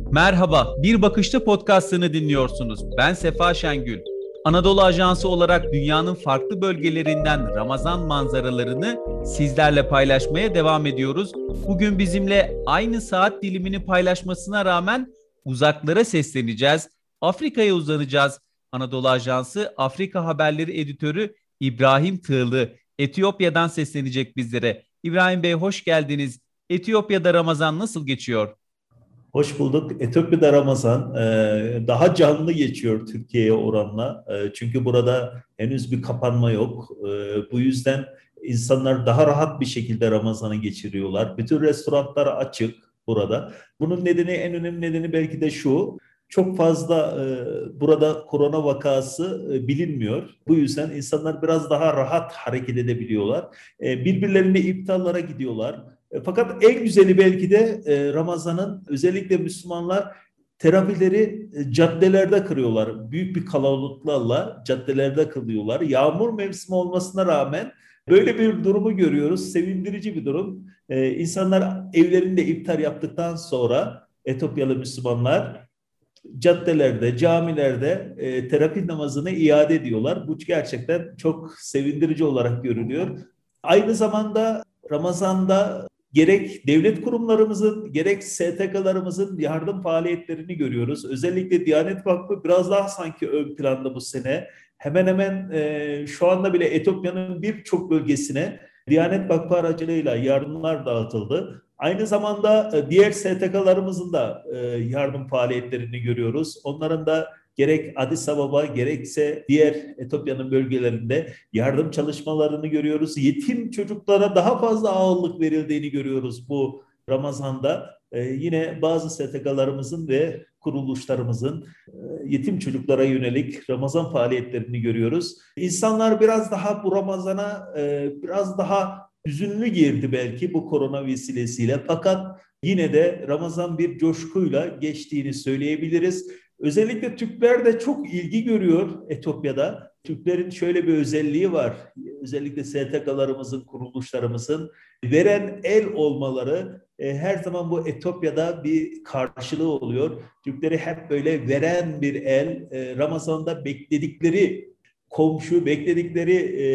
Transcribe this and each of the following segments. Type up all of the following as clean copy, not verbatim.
Merhaba, Bir Bakışta podcastını dinliyorsunuz. Ben Sefa Şengül. Anadolu Ajansı olarak dünyanın farklı bölgelerinden Ramazan manzaralarını sizlerle paylaşmaya devam ediyoruz. Bugün bizimle aynı saat dilimini paylaşmasına rağmen uzaklara sesleneceğiz. Afrika'ya uzanacağız. Anadolu Ajansı Afrika Haberleri Editörü İbrahim Tığlı Etiyopya'dan seslenecek bizlere. İbrahim Bey hoş geldiniz. Etiyopya'da Ramazan nasıl geçiyor? Hoş bulduk. Etiyopya'da Ramazan daha canlı geçiyor Türkiye'ye oranla. Çünkü burada henüz bir kapanma yok. Bu yüzden insanlar daha rahat bir şekilde Ramazan'ı geçiriyorlar. Bütün restoranlar açık burada. Bunun nedeni, en önemli nedeni belki de şu. Çok fazla burada korona vakası bilinmiyor. Bu yüzden insanlar biraz daha rahat hareket edebiliyorlar. Birbirlerine iftarlara gidiyorlar. Fakat en güzeli belki de Ramazan'ın, özellikle Müslümanlar teravileri caddelerde kırıyorlar. Büyük bir kalabalıklarla caddelerde kılıyorlar. Yağmur mevsimi olmasına rağmen böyle bir durumu görüyoruz. Sevindirici bir durum. İnsanlar evlerinde iftar yaptıktan sonra Etiyopyalı Müslümanlar caddelerde, camilerde teravih namazını iade ediyorlar. Bu gerçekten çok sevindirici olarak görünüyor. Aynı zamanda Ramazan'da gerek devlet kurumlarımızın gerek STK'larımızın yardım faaliyetlerini görüyoruz. Özellikle Diyanet Vakfı biraz daha sanki ön planda bu sene. Hemen hemen şu anda bile Etiyopya'nın birçok bölgesine Diyanet Vakfı aracılığıyla yardımlar dağıtıldı. Aynı zamanda diğer STK'larımızın da yardım faaliyetlerini görüyoruz. Onların da gerek Addis Ababa gerekse diğer Etiyopya'nın bölgelerinde yardım çalışmalarını görüyoruz. Yetim çocuklara daha fazla ağırlık verildiğini görüyoruz bu Ramazan'da. Yine bazı STK'larımızın ve kuruluşlarımızın yetim çocuklara yönelik Ramazan faaliyetlerini görüyoruz. İnsanlar biraz daha bu Ramazan'a biraz daha hüzünlü girdi belki bu korona vesilesiyle. Fakat yine de Ramazan bir coşkuyla geçtiğini söyleyebiliriz. Özellikle Türkler de çok ilgi görüyor Etiyopya'da. Türklerin şöyle bir özelliği var. Özellikle STK'larımızın, kuruluşlarımızın veren el olmaları her zaman bu Etiyopya'da bir karşılığı oluyor. Türkleri hep böyle veren bir el, Ramazan'da bekledikleri komşu, bekledikleri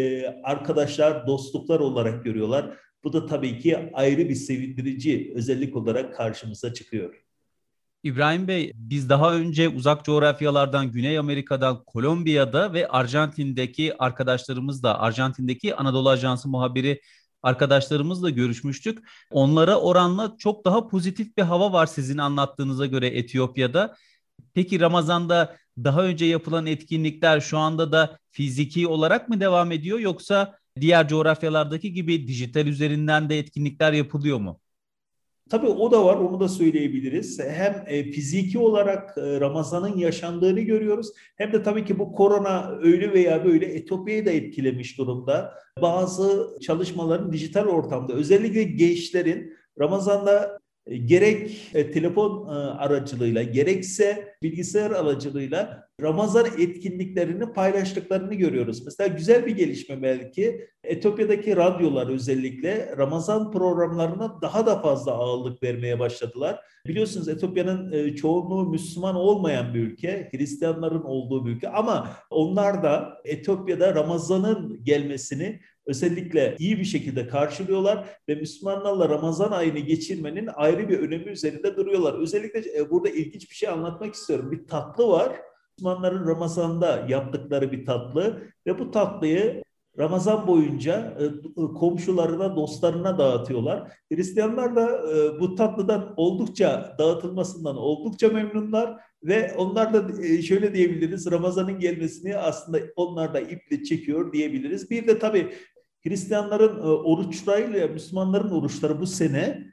arkadaşlar, dostluklar olarak görüyorlar. Bu da tabii ki ayrı bir sevindirici özellik olarak karşımıza çıkıyor. İbrahim Bey, biz daha önce uzak coğrafyalardan, Güney Amerika'dan, Kolombiya'da ve Arjantin'deki arkadaşlarımızla, Arjantin'deki Anadolu Ajansı muhabiri arkadaşlarımızla görüşmüştük. Onlara oranla çok daha pozitif bir hava var sizin anlattığınıza göre Etiyopya'da. Peki Ramazan'da daha önce yapılan etkinlikler şu anda da fiziki olarak mı devam ediyor yoksa diğer coğrafyalardaki gibi dijital üzerinden de etkinlikler yapılıyor mu? Tabii o da var, onu da söyleyebiliriz. Hem fiziki olarak Ramazan'ın yaşandığını görüyoruz. Hem de tabii ki bu korona öyle veya böyle Etiyopya'yı da etkilemiş durumda. Bazı çalışmaların dijital ortamda, özellikle gençlerin Ramazan'da gerek telefon aracılığıyla gerekse bilgisayar aracılığıyla Ramazan etkinliklerini paylaştıklarını görüyoruz. Mesela güzel bir gelişme belki. Etiyopya'daki radyolar özellikle Ramazan programlarına daha da fazla ağırlık vermeye başladılar. Biliyorsunuz Etiyopya'nın çoğunluğu Müslüman olmayan bir ülke, Hristiyanların olduğu bir ülke ama onlar da Etiyopya'da Ramazan'ın gelmesini özellikle iyi bir şekilde karşılıyorlar ve Müslümanlarla Ramazan ayını geçirmenin ayrı bir önemi üzerinde duruyorlar. Özellikle burada ilginç bir şey anlatmak istiyorum. Bir tatlı var. Müslümanların Ramazan'da yaptıkları bir tatlı ve bu tatlıyı Ramazan boyunca komşularına, dostlarına dağıtıyorlar. Hristiyanlar da bu tatlıdan oldukça dağıtılmasından oldukça memnunlar ve onlar da şöyle diyebiliriz, Ramazan'ın gelmesini aslında onlar da iple çekiyor diyebiliriz. Bir de tabii Hristiyanların oruçlarıyla Müslümanların oruçları bu sene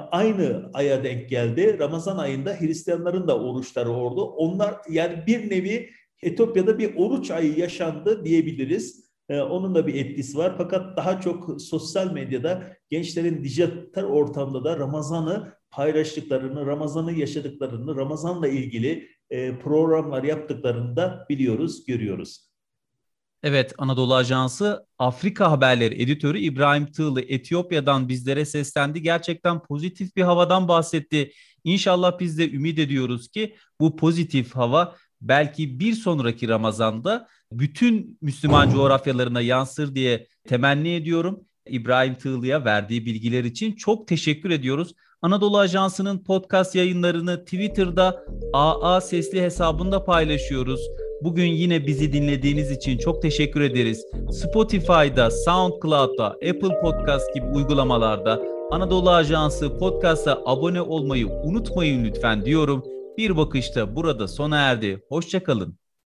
aynı aya denk geldi. Ramazan ayında Hristiyanların da oruçları oldu. Onlar yani bir nevi Etiyopya'da bir oruç ayı yaşandı diyebiliriz. Onun da bir etkisi var. Fakat daha çok sosyal medyada gençlerin dijital ortamda da Ramazan'ı paylaştıklarını, Ramazan'ı yaşadıklarını, Ramazan'la ilgili programlar yaptıklarını da biliyoruz, görüyoruz. Evet, Anadolu Ajansı Afrika Haberleri editörü İbrahim Tığlı Etiyopya'dan bizlere seslendi. Gerçekten pozitif bir havadan bahsetti. İnşallah biz de ümit ediyoruz ki bu pozitif hava belki bir sonraki Ramazan'da bütün Müslüman coğrafyalarına yansır diye temenni ediyorum. İbrahim Tığlı'ya verdiği bilgiler için çok teşekkür ediyoruz. Anadolu Ajansı'nın podcast yayınlarını Twitter'da AA Sesli hesabında paylaşıyoruz. Bugün yine bizi dinlediğiniz için çok teşekkür ederiz. Spotify'da, SoundCloud'da, Apple Podcast gibi uygulamalarda Anadolu Ajansı Podcast'a abone olmayı unutmayın lütfen diyorum. Bir bakışta burada sona erdi. Hoşça kalın.